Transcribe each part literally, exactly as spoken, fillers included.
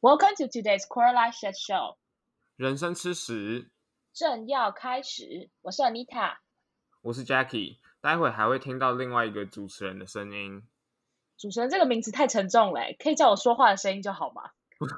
Welcome to today's Quarter Life Shit Show。 人生吃屎正要开始，我是 Anita， 我是 Jackie， 待会还会听到另外一个主持人的声音。 主持人这个名字太沉重了，可以叫我说话的声音就好吗？ 不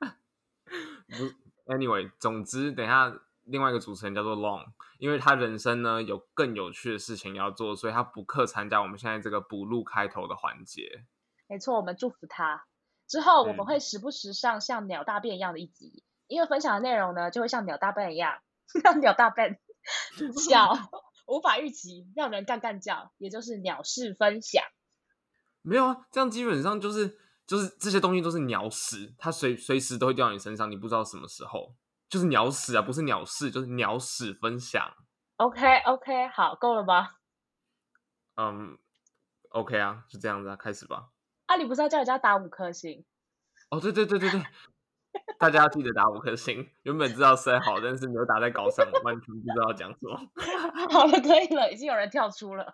，Anyway， 总之等一下另外一个主持人叫做 Long， 因为他人生呢有更有趣的事情要做，所以他不克参加我们现在这个补录开头的环节。 没错，我们祝福他。之后我们会时不时上像鸟大便一样的一集，嗯、因为分享的内容呢就会像鸟大便一样，像鸟大便小无法预期，让人干干叫，也就是鸟事分享。 没有啊，这样基本上就是就是这些东西都是鸟屎，它随随时都会掉到你身上，你不知道什么时候，就是鸟屎啊，不是鸟事，就是鸟屎分享。 OK OK， 好，够了吗？ 嗯 ，OK 啊，就这样子啊，开始吧。 啊，你不是要叫人家打五颗星？ 哦，对对对对对，大家要记得打五颗星。原本知道塞好，但是没有打在稿上，完全不知道讲什么。 好了，可以了，已经有人跳出了。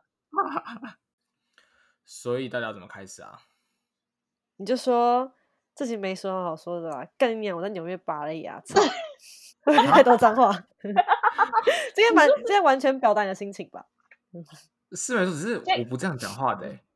所以大家怎么开始啊？ 你就说自己没什么好说的啦，干你娘！我在纽约拔了牙，操！太多脏话，这些完这些完全表达你的心情吧？ 是没错，只是我不这样讲话的、欸。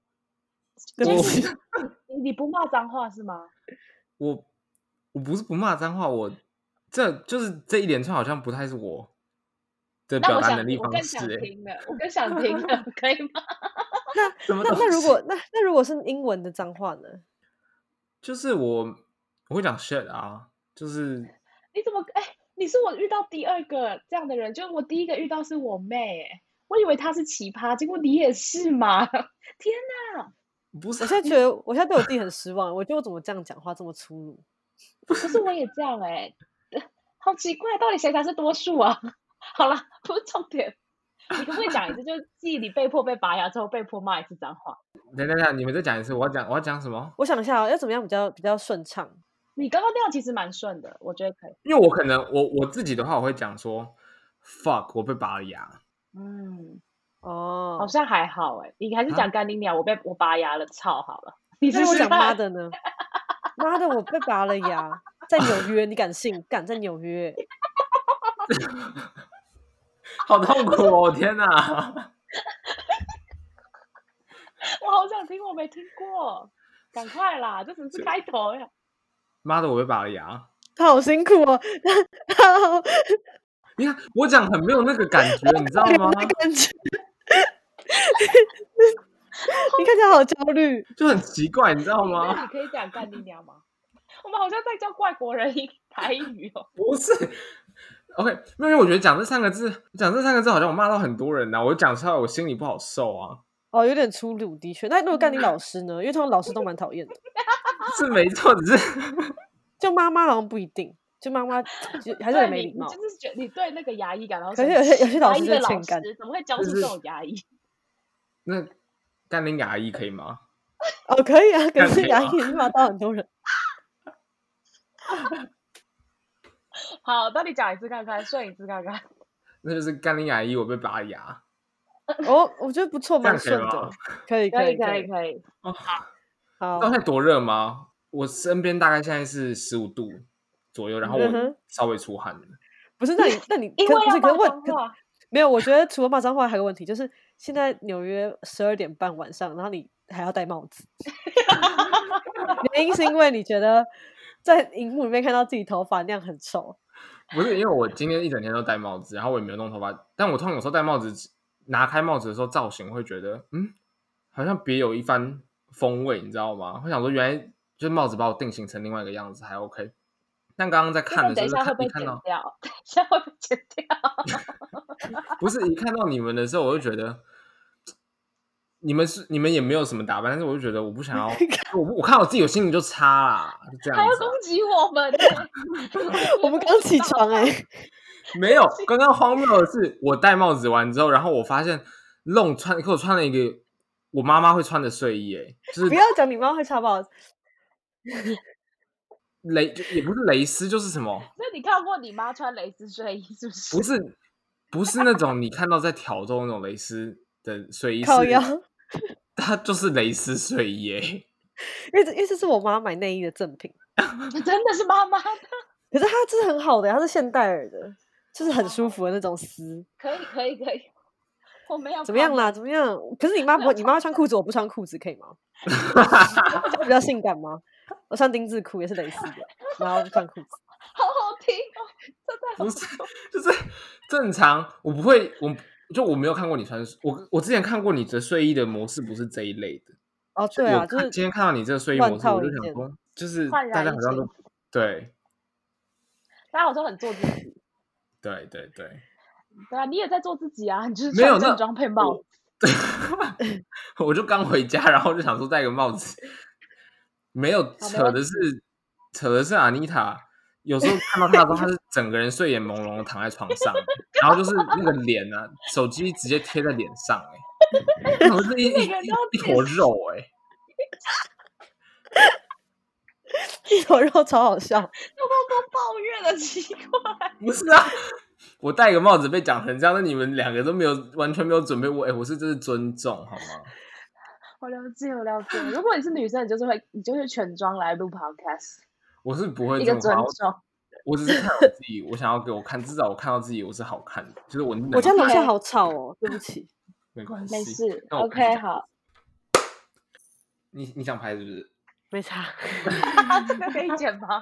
我你不骂脏话是吗？ 我我不是不骂脏话，我这就是这一连串好像不太是我的表达能力方式、欸。 我更想听了，我更想听了，可以吗？ 那那那如果那那如果是英文的脏话呢？ 就是我我会讲 shit 啊，就是你怎么哎、欸？你是我遇到第二个这样的人，就我第一个遇到是我妹、欸，我以为她是奇葩，结果你也是嘛？天哪！ 不是， 我现在觉得我现在对我弟很失望，我觉得我怎么这样讲话这么粗鲁？ 可是我也这样哎、欸，好奇怪，到底谁才是多数啊？好啦，不是重点。你可不可以讲一次？就记你被迫被拔牙之后，被迫骂一次脏话。 等等等，你们再讲一次。我要讲，我要讲什么？ 我想一下、哦，要怎么样比较比较顺畅？ 你刚刚那样其实蛮顺的，我觉得可以。 因为我可能我我自己的话，我会讲说 ，fuck， 我被拔了牙。 嗯， 哦， 好像还好哎、欸。你还是讲干你鸟，我被我拔牙了，操好了。你是我讲妈的呢？妈的，我被拔了牙，在纽约，你敢信？敢在纽约？ 好痛苦哦！天哪！ 我好想听，我没听过，赶快啦，这只是开头呀！ 妈的，我被拔了牙， 他好辛苦哦。 你看我讲很没有那个感觉，你知道吗？ 感觉，你看起来好焦虑， 就很奇怪，你知道吗？ 那你可以讲干你娘吗？我们好像在教外国人台语哦。 不是 ，OK， 因为我觉得讲这三个字，讲这三个字好像我骂到很多人呐、啊，我讲出来我心里不好受啊。 哦，有点粗鲁，的确。那如果干你老师呢？因为通常老师都蛮讨厌的。 是没错，只是就妈妈好像不一定，就妈妈就还是很没礼貌。 你就是觉得你对那个牙医感到， 可是有些有些老师就欠干， 怎么会教出这种牙医？ 那干你牙医可以吗？ 哦，可以啊，可是牙医也是骂到很多人。 好，那你讲一次看看，顺一次看看。 那就是干你牙医，我被拔牙。 哦，我觉得不错，蛮顺的，可以， 可以， 可以，可以。 哦， 好， 刚才多热吗？我身边大概现在是十五度左右，然后我稍微出汗了。 嗯、不是，那你那你因为要骂脏话，没有？我觉得除了骂脏话，还有个问题，就是现在纽约十二点半晚上，然后你还要戴帽子。原因是因为你觉得在荧幕里面看到自己头发那样很丑。 不是，因为我今天一整天都戴帽子，然后我也没有弄头发，但我通常有时候戴帽子，拿开帽子的时候造型会觉得，嗯，好像别有一番风味，你知道吗？会想说，原来就是帽子把我定型成另外一个样子，还 OK。但刚刚在看的时候， 等一下会被剪掉，等一下会被剪掉。 不是，一看到你们的时候，我就觉得。你们是你们也没有什么打扮，但是我就觉得我不想要，我我看我自己有心情就差啦，就这样子、啊。 还要攻击我们、欸？ 我们刚起床哎、欸， 没有。刚刚荒谬的是，我戴帽子完之后，然后我发现弄穿，可我穿了一个我妈妈会穿的睡衣、欸，哎，就是不要讲你妈会穿不好， 蕾也不是蕾丝，就是什么？ 那你看过你妈穿蕾丝睡衣是不是？ 不是，不是那种你看到在挑逗那种蕾丝的睡衣， 靠腰。 它就是蕾丝睡衣耶、欸， 因为因为这是我妈买内衣的赠品。 真的是妈妈的。 可是它这是很好的，它是现代耳的，就是很舒服的那种丝。 可以可以可以，我没有怎么样啦？怎么样？可是你妈不，你妈穿裤子，我不穿裤子，可以吗？这样比较性感吗？我穿丁字裤也是蕾丝的，然后穿裤子， 好好听哦，真的不是，就是正常，我不会，我就我没有看过你穿，我我之前看过你的睡衣的模式不是这一类的。 哦，对啊，就是今天看到你这个睡衣模式，我就想说，就是大家好像都对， 大家好像很做自己。 对对对， 对啊，你也在做自己啊，你就是穿正装配帽子。 对，我就刚回家，然后就想说戴个帽子。没有，扯的是扯的是阿妮塔。有时候看到他的时候，他是整个人睡眼朦胧的躺在床上，然后就是那个脸啊，手机直接贴在脸上、欸，哎，然后是一一一坨肉、欸，哎。 一坨肉超好笑，有多抱怨了，奇怪。 不是啊，我戴个帽子被讲成这样，那你们两个都没有完全没有准备我，哎、欸，我是这是尊重好吗？ 我了解，我了解。如果你是女生，你就是会，你就会全妆来录 podcast。 我是不会一个尊重。 我只是看我自己，我想要给我看，至少我看到自己我是好看的，就是我。 我家楼下好吵哦，对不起。 没关系， 没事 ，OK， 好。 你你想拍是不是？ 没差。 这个可以剪吗？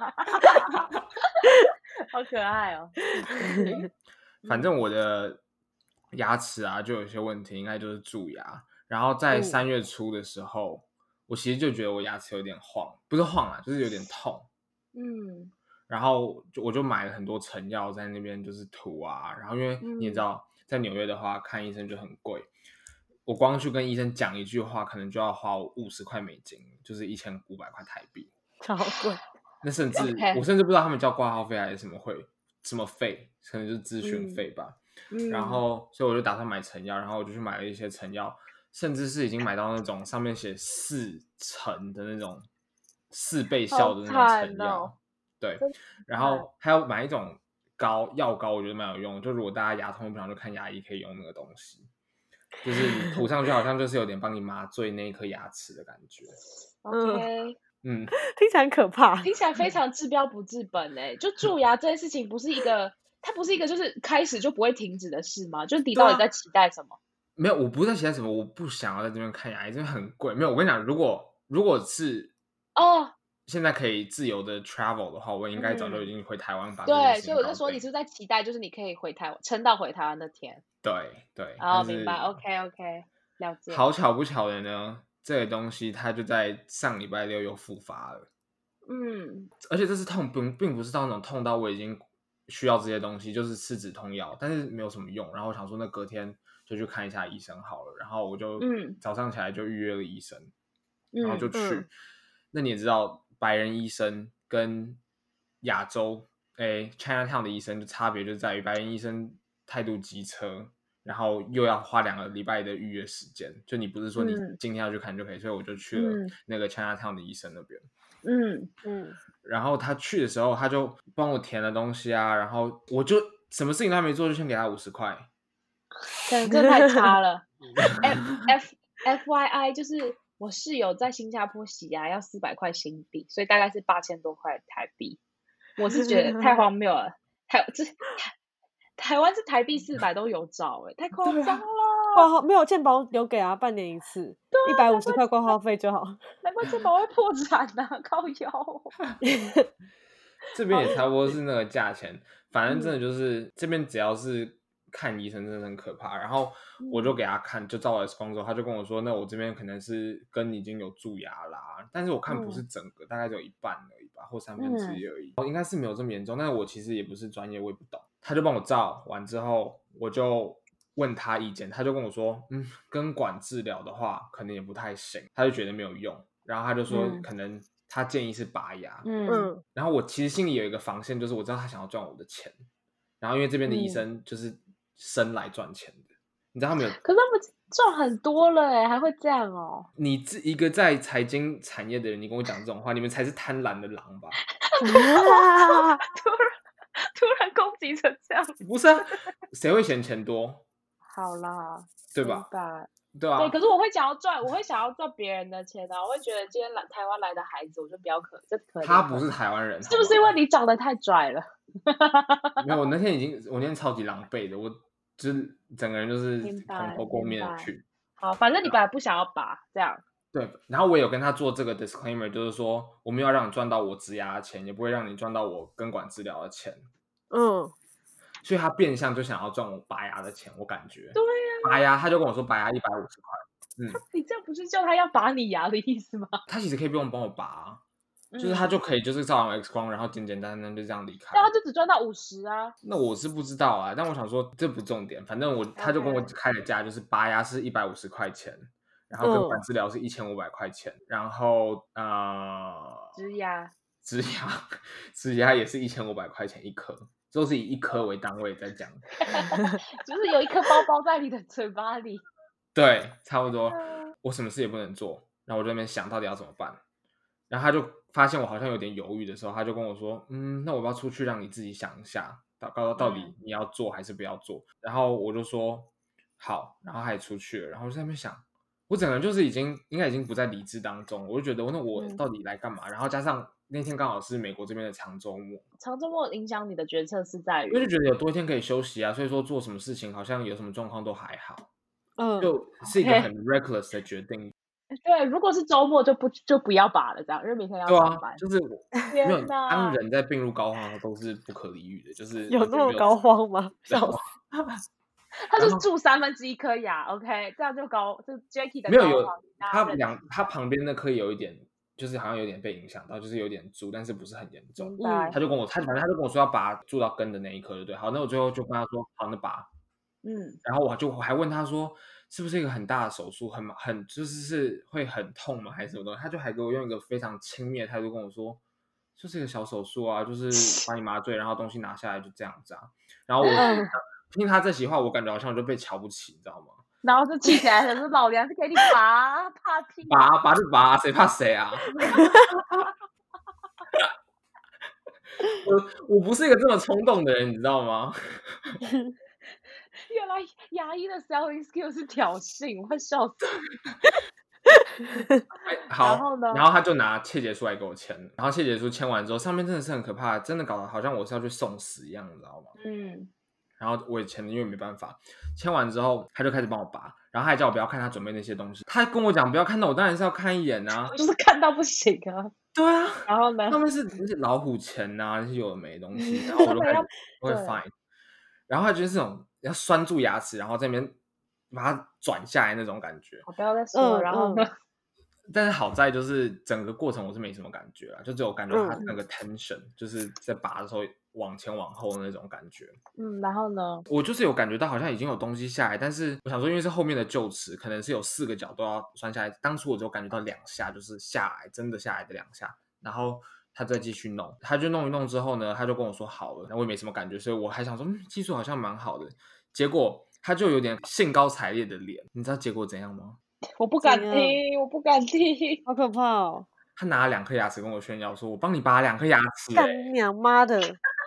好可爱哦。 反正我的牙齿啊，就有些问题，应该就是蛀牙。然后在三月初的时候，嗯、我其实就觉得我牙齿有点晃，不是晃啊，就是有点痛。嗯。然后就我就买了很多成药在那边就是涂啊，然后因为你也知道，嗯、在纽约的话看医生就很贵，我光去跟医生讲一句话，可能就要花五十块美金，就是一千五百块台币， 超贵。 那甚至、 okay. 我甚至不知道他们叫挂号费还是什么会什么费，可能就是咨询费吧。嗯、然后所以我就打算买成药，然后我就去买了一些成药，甚至是已经买到那种上面写四成的那种四倍效的那种成药。哦、对，然后还有买一种膏药膏，我觉得蛮有用的，就如果大家牙痛不想去看牙医，可以用那个东西，就是你涂上去好像就是有点帮你麻醉那一颗牙齿的感觉。 OK， 嗯， 听起来很可怕， 听起来非常治标不治本哎、欸。就蛀牙这件事情不是一个，它不是一个就是开始就不会停止的事吗？就是你到底在期待什么？啊、 没有，我不是在期待什么，我不想要在这边看牙医，这边很贵。没有，我跟你讲，如果如果是哦。现在可以自由的 travel 的话，我应该早就已经回台湾把、嗯、 对，所以我就说你是不是在期待，就是你可以回台湾，撑到回台湾那天。 对对， 哦，明白 ，OK OK， 了解。 好巧不巧的呢，这个东西它就在上礼拜六又复发了。嗯，而且这次痛并并不是到那种痛到我已经需要这些东西，就是吃止痛药，但是没有什么用。然后我想说，那隔天就去看一下医生好了。然后我就早上起来就预约了医生，嗯、然后就去。嗯、那你也知道。白人医生跟亚洲诶 Chinatown 的医生就差别就在于白人医生态度机车，然后又要花两个礼拜的预约时间，就你不是说你今天要去看就可以，嗯、所以我就去了那个 Chinatown 的医生那边。嗯嗯，然后他去的时候，他就帮我填了东西啊，然后我就什么事情都还没做，就先给他五十块， 真的太差了。F F F Y I 就是。我室友在新加坡洗牙要四百块新币，所以大概是八千多块台币。我是觉得太荒谬了，台这台台湾是台币四百都有找哎、欸，太夸张了。 挂号没有健保留给啊，半年一次，一百五十块挂号费就好。 难怪健保会破产啊，靠腰。 这边也差不多是那个价钱，反正真的就是、嗯、这边只要是。看医生真的很可怕，然后我就给他看，就照了 X 光之后，他就跟我说，那我这边可能是根已经有蛀牙啦，但是我看不是整个，嗯、大概只有一半而已吧，或三分之一而已，嗯、应该是没有这么严重，但是我其实也不是专业，我也不懂。他就帮我照完之后，我就问他意见，他就跟我说，嗯，根管治疗的话可能也不太行，他就觉得没有用，然后他就说，嗯、可能他建议是拔牙，嗯，然后我其实心里有一个防线，就是我知道他想要赚我的钱，然后因为这边的医生就是。嗯生来赚钱的，你知道他们有？ 可是他们赚很多了哎，还会这样哦？ 你一个在财经产业的人，你跟我讲这种话，你们才是贪婪的狼吧？ 突然突然攻击成这样， 不是啊？谁会嫌钱多？ 好啦， 对吧？ 对啊， 对，可是我会想要赚，我会想要赚别人的钱啊！我会觉得今天来台湾来的孩子，我就比较可，这可怜他不是台湾人， 是不是因为你长得太拽了？ 没有，我那天已经，我那天超级狼狈的，我就是整个人就是明白蓬头垢面明白的去。 好，反正你本来不想要拔，这样。 对，然后我也有跟他做这个 disclaimer，就是说我没有让你赚到我植牙的钱，也不会让你赚到我根管治疗的钱。 嗯， 所以他变相就想要赚我拔牙的钱，我感觉。 对啊， 拔牙他就跟我说拔牙一百五十块，嗯， 你这样不是叫他要拔你牙的意思吗？ 他其实可以不用帮我拔啊， 嗯就是他就可以就是照完 X 光，然后简简单单就这样离开。 那他就只赚到五十啊。 那我是不知道啊，但我想说这不重点，反正我他就跟我 OK 开的价就是拔牙是一百五十块钱，然后根管治疗是一千五百块钱，然后呃， 植牙， 植牙植牙也是一千五百块钱一颗，都是以一颗为单位在讲。 就是有一颗包包在你的嘴巴里。 对，差不多。我什么事也不能做，然后我就在那边想到底要怎么办。然后他就发现我好像有点犹豫的时候，他就跟我说：“嗯，那我要不要出去让你自己想一下，到到到底你要做还是不要做？”然后我就说好，然后他也出去了，然后我就在那边想，我整个人就是已经应该已经不在理智当中，我就觉得那我到底来干嘛？然后加上那天刚好是美国这边的长周末， 长周末影响你的决策是在于， 我就觉得有多一天可以休息啊，所以说做什么事情好像有什么状况都还好， 嗯， 就是一个很 reckless 的决定。 对，如果是周末就不就不要拔了，这样，因为明天要对上班。 啊，就是没有当人在病入膏肓的时候都是不可理喻的，就是有那么膏肓吗？ 笑死！ 他就蛀三分之一颗牙 ，OK， 这样就高，就 Jackie 的没有有他两两他旁边那颗有一点，就是好像有点被影响到，就是有点蛀，但是不是很严重。 嗯， 他就跟我，他反正他就跟我说要拔蛀到根的那一颗，对不对？好，那我最后就跟他说，好，那拔。 嗯， 然后我就我还问他说，是不是一个很大的手术，很很就是是会很痛吗，还是什么东西？他就还给我用一个非常轻蔑的态度跟我说，就是一个小手术啊，就是把你麻醉，然后东西拿下来就这样子啊。然后我听他这席话，我感觉好像我就被瞧不起，你知道吗？ 然后就气起来，可是老娘是给你拔，怕屁？ 拔拔就拔，谁怕谁啊？我我不是一个这么冲动的人，你知道吗？ 原来牙医的 selling skill 是挑衅，我会笑死。 好， 然后呢？ 然后他就拿切结书来给我签，然后切结书签完之后，上面真的是很可怕，真的搞得好像我是要去送死一样，你知道吗？ 嗯。 然后我也签了，因为没办法。签完之后，他就开始帮我拔，然后他还叫我不要看他准备那些东西。他跟我讲不要看到，我当然是要看一眼啊， 就是看到不行啊。 对啊。 然后呢？ 他们是那些老虎钳啊，那些有的没的东西，然后我就开始会 fine。然后他就是这种要拴住牙齿，然后在那边把它转下来那种感觉。 我不要再说了。然后呢？ 但是好在就是整个过程我是没什么感觉啦，就只有感觉它那个 tension，、嗯、就是在拔的时候往前往后的那种感觉。 嗯，然后呢？ 我就是有感觉到好像已经有东西下来，但是我想说，因为是后面的臼齿，可能是有四个角都要拴下来。当初我只有感觉到两下，就是下来真的下来的两下，然后他再继续弄，他就弄一弄之后呢，他就跟我说好了，那我也没什么感觉，所以我还想说，嗯，技术好像蛮好的。结果他就有点兴高采烈的脸，你知道结果怎样吗？ 我不敢听，我不敢听， 好可怕哦！ 他拿了两颗牙齿跟我炫耀说：“我帮你拔两颗牙齿、欸。” 干娘妈的！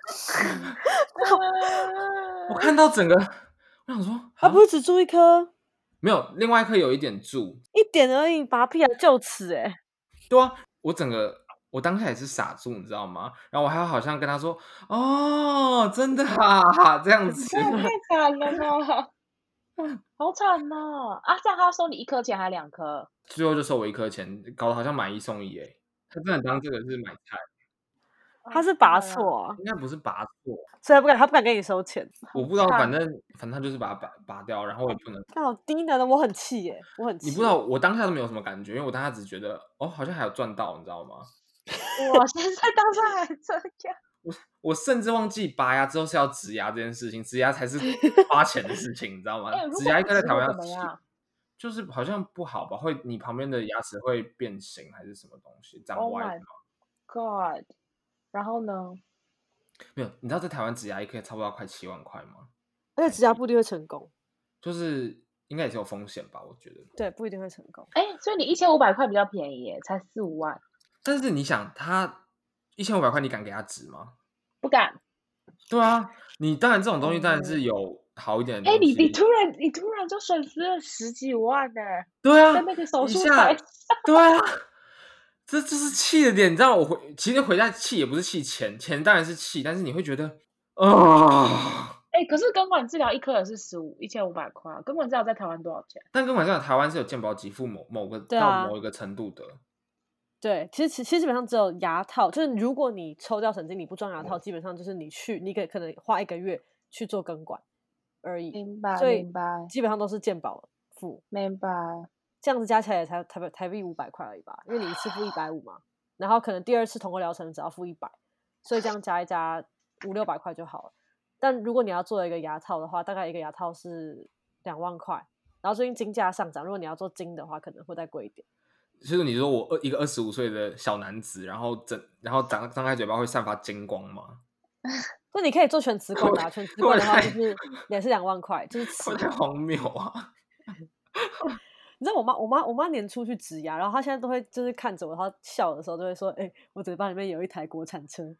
我看到整个，我想说， 他不是只蛀一颗？ 没有，另外一颗有一点蛀， 一点而已，拔屁啊，臼齿哎！ 对啊，我整个我当下也是傻住，你知道吗？然后我还好像跟他说：“哦，真的啊，这样子。” 太惨了吧！好惨呐！啊，这样他收你一颗钱还两颗？ 最后就收我一颗钱，搞得好像买一送一哎、欸！他真的当这个是买菜， 他是拔错啊？ 应该不是拔错， 所以他不敢，他不敢给你收钱。 我不知道，反正反正他就是把它拔拔掉，然后我也不能。 那好低能的，我很气耶，我很气。 你不知道，我当下都没有什么感觉，因为我当下只觉得哦，好像还有赚到，你知道吗？ 我现在当下还这样。 我我甚至忘记拔牙之后是要植牙这件事情，植牙才是花钱的事情，你知道吗？ 欸、 植牙应该在台湾要怎么样？ 就是好像不好吧，会你旁边的牙齿会变形还是什么东西长歪吗 ？Oh my God！ 然后呢？ 没有，你知道在台湾植牙一颗差不多要快七万块吗？ 而且植牙不一定会成功， 就是应该也是有风险吧，我觉得。 对，不一定会成功。 哎、欸，所以你一千五百块比较便宜耶，才四五万。 但是你想，他一千五百块，你敢给他植吗？ 不敢。 对啊，你当然这种东西当然是有好一点的东哎、 西。 你你突然你突然就损失了十几万呢、 对啊， 在那个手术一下台上， 对啊，这就是气的点。你知道我回其实回家气也不是气钱，钱当然是气，但是你会觉得啊。 哎、可是根管治疗一颗也是十五一千五百块，根管治疗在台湾多少钱？ 但根本上台湾是有健保给付某某个、 对啊到某一个程度的。 对，其实其其实基本上只有牙套，就是如果你抽掉神经，你不装牙套，基本上就是你去，你可可能花一个月去做根管而已， 明白所以明白基本上都是健保付， 明白。 这样子加起来也才台币台币五百块而已吧，因为你一次付一百五嘛，然后可能第二次同个疗程只要付一百，所以这样加一加五六百块就好了。但如果你要做一个牙套的话，大概一个牙套是两万块，然后最近金价上涨，如果你要做金的话，可能会再贵一点。 就是你说我二一个二十五岁的小男子，然后整然后张张开嘴巴会散发金光吗？ 那你可以做全瓷冠的、啊，全瓷冠的话就是也是两万块，就是瓷会太荒谬啊！ 你知道我妈，我妈，我妈年初去植牙，然后她现在都会就是看着我，她笑的时候都会说：“哎、欸，我嘴巴里面有一台国产车。”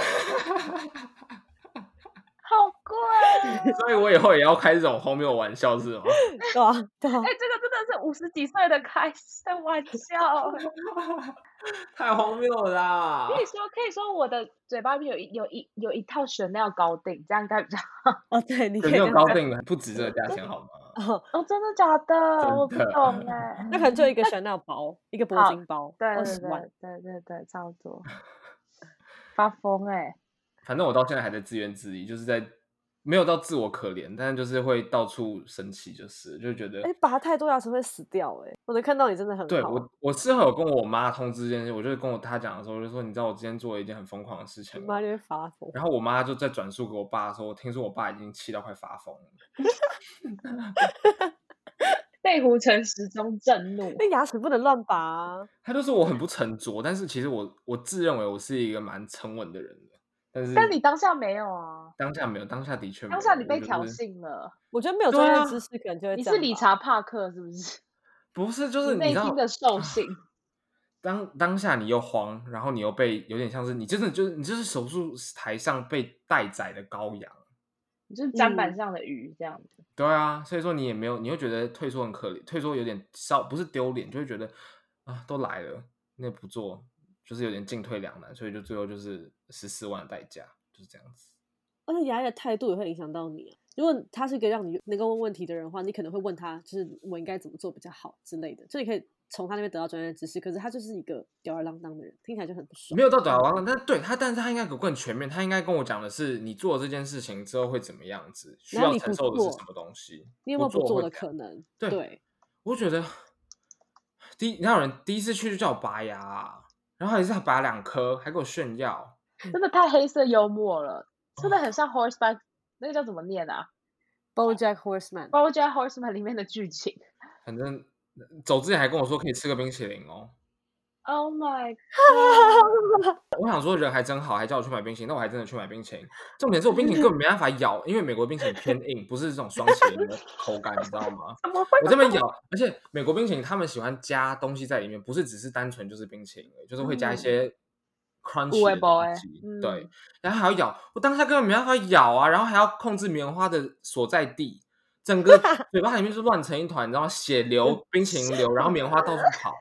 好贵、哦， 所以我以后也要开这种荒谬的玩笑是吗？ 对啊，对啊。 哎、欸，这个真的是五十几岁的开的玩笑， 太荒谬了啦！ 可以说，可以说我的嘴巴里面有一有一有一套Chanel高定，这样应该比较好。 哦，对，你可以 Chanel高定不止这个价钱好吗？ 哦，真的假的？我不懂哎。 那可能就一个Chanel包，一个铂金包， 对对二十万， 对对对，差不多。发疯哎、欸！ 反正我到现在还在自怨自艾，就是在没有到自我可怜，但是就是会到处生气，就是就觉得哎、欸，拔太多牙齿会死掉哎、欸！我能看到你真的很好。 对我，我事后有跟我妈通知这件事，我就跟我她讲的时候，我就说你知道我今天做了一件很疯狂的事情吗？ 你妈就会发疯。 然后我妈就在转述给我爸说，我听说我爸已经气到快发疯了。 内湖城时钟震怒， 那牙齿不能乱拔啊。 他就说我很不沉着，但是其实我我自认为我是一个蛮沉稳的人的，但是但你当下没有啊， 当下没有，当下的确没有， 当下你被就是挑衅了。 我觉得没有专业知识可能就会这样吧。 你是理查帕克是不是？ 不是，就是内心的兽性。 当当下你又慌，然后你又被有点像是你真的就是你就是手术台上被待宰的羔羊。 你就是砧板上的鱼这样子、 嗯，对啊，所以说你也没有，你会觉得退缩很可怜，退缩有点稍不是丢脸，就会觉得啊，都来了，那不做就是有点进退两难，所以就最后就是十四万的代价，就是这样子。 而且牙医的态度也会影响到你啊。如果他是一个让你能够问问题的人的话，你可能会问他，就是我应该怎么做比较好之类的，就你可以从他那边得到专业知识。可是他就是一个吊儿郎当的人，听起来就很不爽。 没有到吊儿郎当，但是对他，但是他应该更全面。他应该跟我讲的是，你做这件事情之后会怎么样子，需要承受的是什么东西。 你有没有不做的可能？ 对， 对我觉得第一，哪有人第一次去就叫我拔牙、啊，然后还是拔两颗，还给我炫耀， 真的太黑色幽默了，真的很像 Horseback， 那个叫怎么念啊 ？BoJack Horseman， BoJack Horseman 里面的剧情。 反正走之前还跟我说可以吃个冰淇淋哦。 Oh my god！ 我想说人还真好，还叫我去买冰淇淋，那我还真的去买冰淇淋。重点是我冰淇淋根本没办法咬，因为美国冰淇淋偏硬，不是这种双淇淋的口感，你知道吗？我这边咬，而且美国冰淇淋他们喜欢加东西在里面，不是只是单纯就是冰淇淋，就是会加一些 crunchy 的东西， 嗯、 对，然后还要咬，我当下根本没办法咬啊，然后还要控制棉花的所在地，整个嘴巴里面是乱成一团，你知道吗？血流，冰淇淋流，然后棉花到处跑。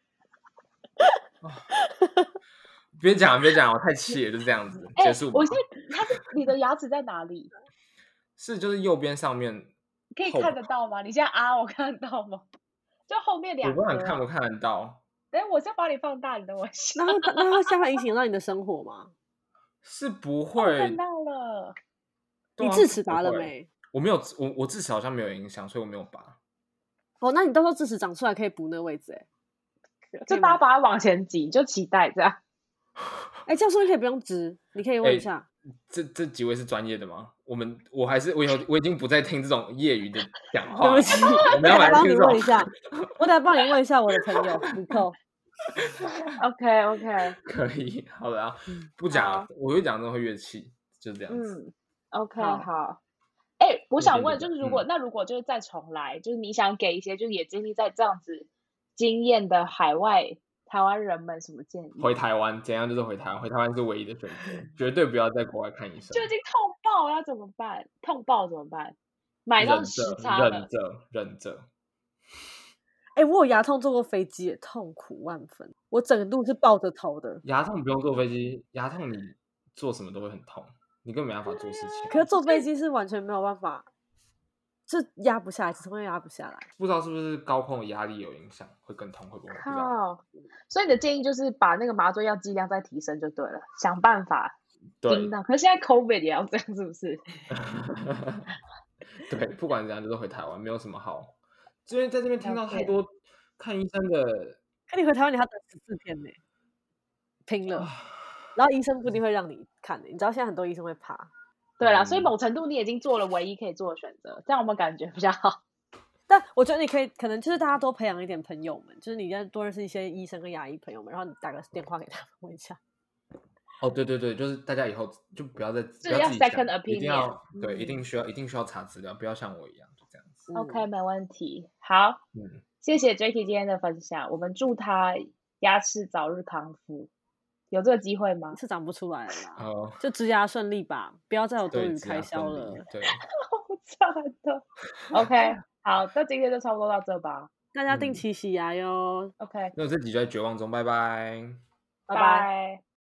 别讲别讲，我太气了，就这样子、欸、结束吧。 我现在他是你的牙齿在哪里？ 是就是右边上面， 可以看得到吗？你现在啊，我看得到吗？就后面两颗、啊， 我不敢看，我看得到。 等下我再把你放大，你等我一下。 然后那会这样会影响到你的生活吗？ 是不会。 我看到了。 你智齿拔了没？ 我没有，我我智齿好像没有影响，所以我没有拔。 哦，那你到时候智齿长出来可以补那个位置哎、 欸，就大家把它往前挤，就期待这样。 哎、欸，这样说你可以不用植，你可以问一下。 欸、这这几位是专业的吗？我们我还是我有我已经不再听这种业余的讲话。 对不起， 我们要来帮你问一下，我等下帮你问一下我的朋友尼寇。 OK OK， 可以，好的啊，不讲，我越讲真的会越气，就是这样子。 嗯 ，OK 好。哎、欸，我想问，就是如果、 嗯、 那如果就是再重来，就是你想给一些就是也经历在这样子经验的海外台湾人们什么建议？ 回台湾，怎样就是回台湾，回台湾是唯一的选择，绝对不要在国外看医生。 就已经痛爆要怎么办？痛爆怎么办？ 买到忍着， 时差了忍。着，忍着。 哎、我有牙痛坐过飞机也痛苦万分，我整个路是抱着头的。 牙痛不用坐飞机，牙痛你做什么都会很痛，你根本没办法做事情。 可是坐飞机是完全没有办法，就压不下来，始终压不下来。 不知道是不是高空的压力有影响，会更痛，会不会？不知道。 靠！所以你的建议就是把那个麻醉药剂量再提升就对了，想办法对盯到。可是现在 COVID 也要这样，是不是？ 对，不管怎样就是回台湾，没有什么好。因为在这边听到了解太多看医生的， 可你回台湾你还要等十四天呢，拼了。 啊然后医生不一定会让你看的，你知道现在很多医生会怕。 对啦，所以嗯某程度你已经做了唯一可以做的选择，这样我们感觉比较好。 但我觉得你可以，可能就是大家多培养一点朋友们，就是你要多认识一些医生跟牙医朋友们，然后你打个电话给他们问一下。 哦，对对对，就是大家以后就不要再不是要要自己想 second 一定 opinion 要对， 嗯一定需要一定需要查资料，不要像我一样就这样子。 嗯 OK，没问题。好， 嗯， 谢谢 Jacky 今天的分享，我们祝他牙齿早日康复。有这个机会吗？ 是长不出来了啦， 哦， 就植牙顺利吧，不要再有多对， 余开职涯顺销了利。对， 好惨的。OK，好，那今天就差不多到这吧。 大家定嗯期洗牙哟， OK， 那我这集就在绝望中，拜拜。 拜拜。 拜。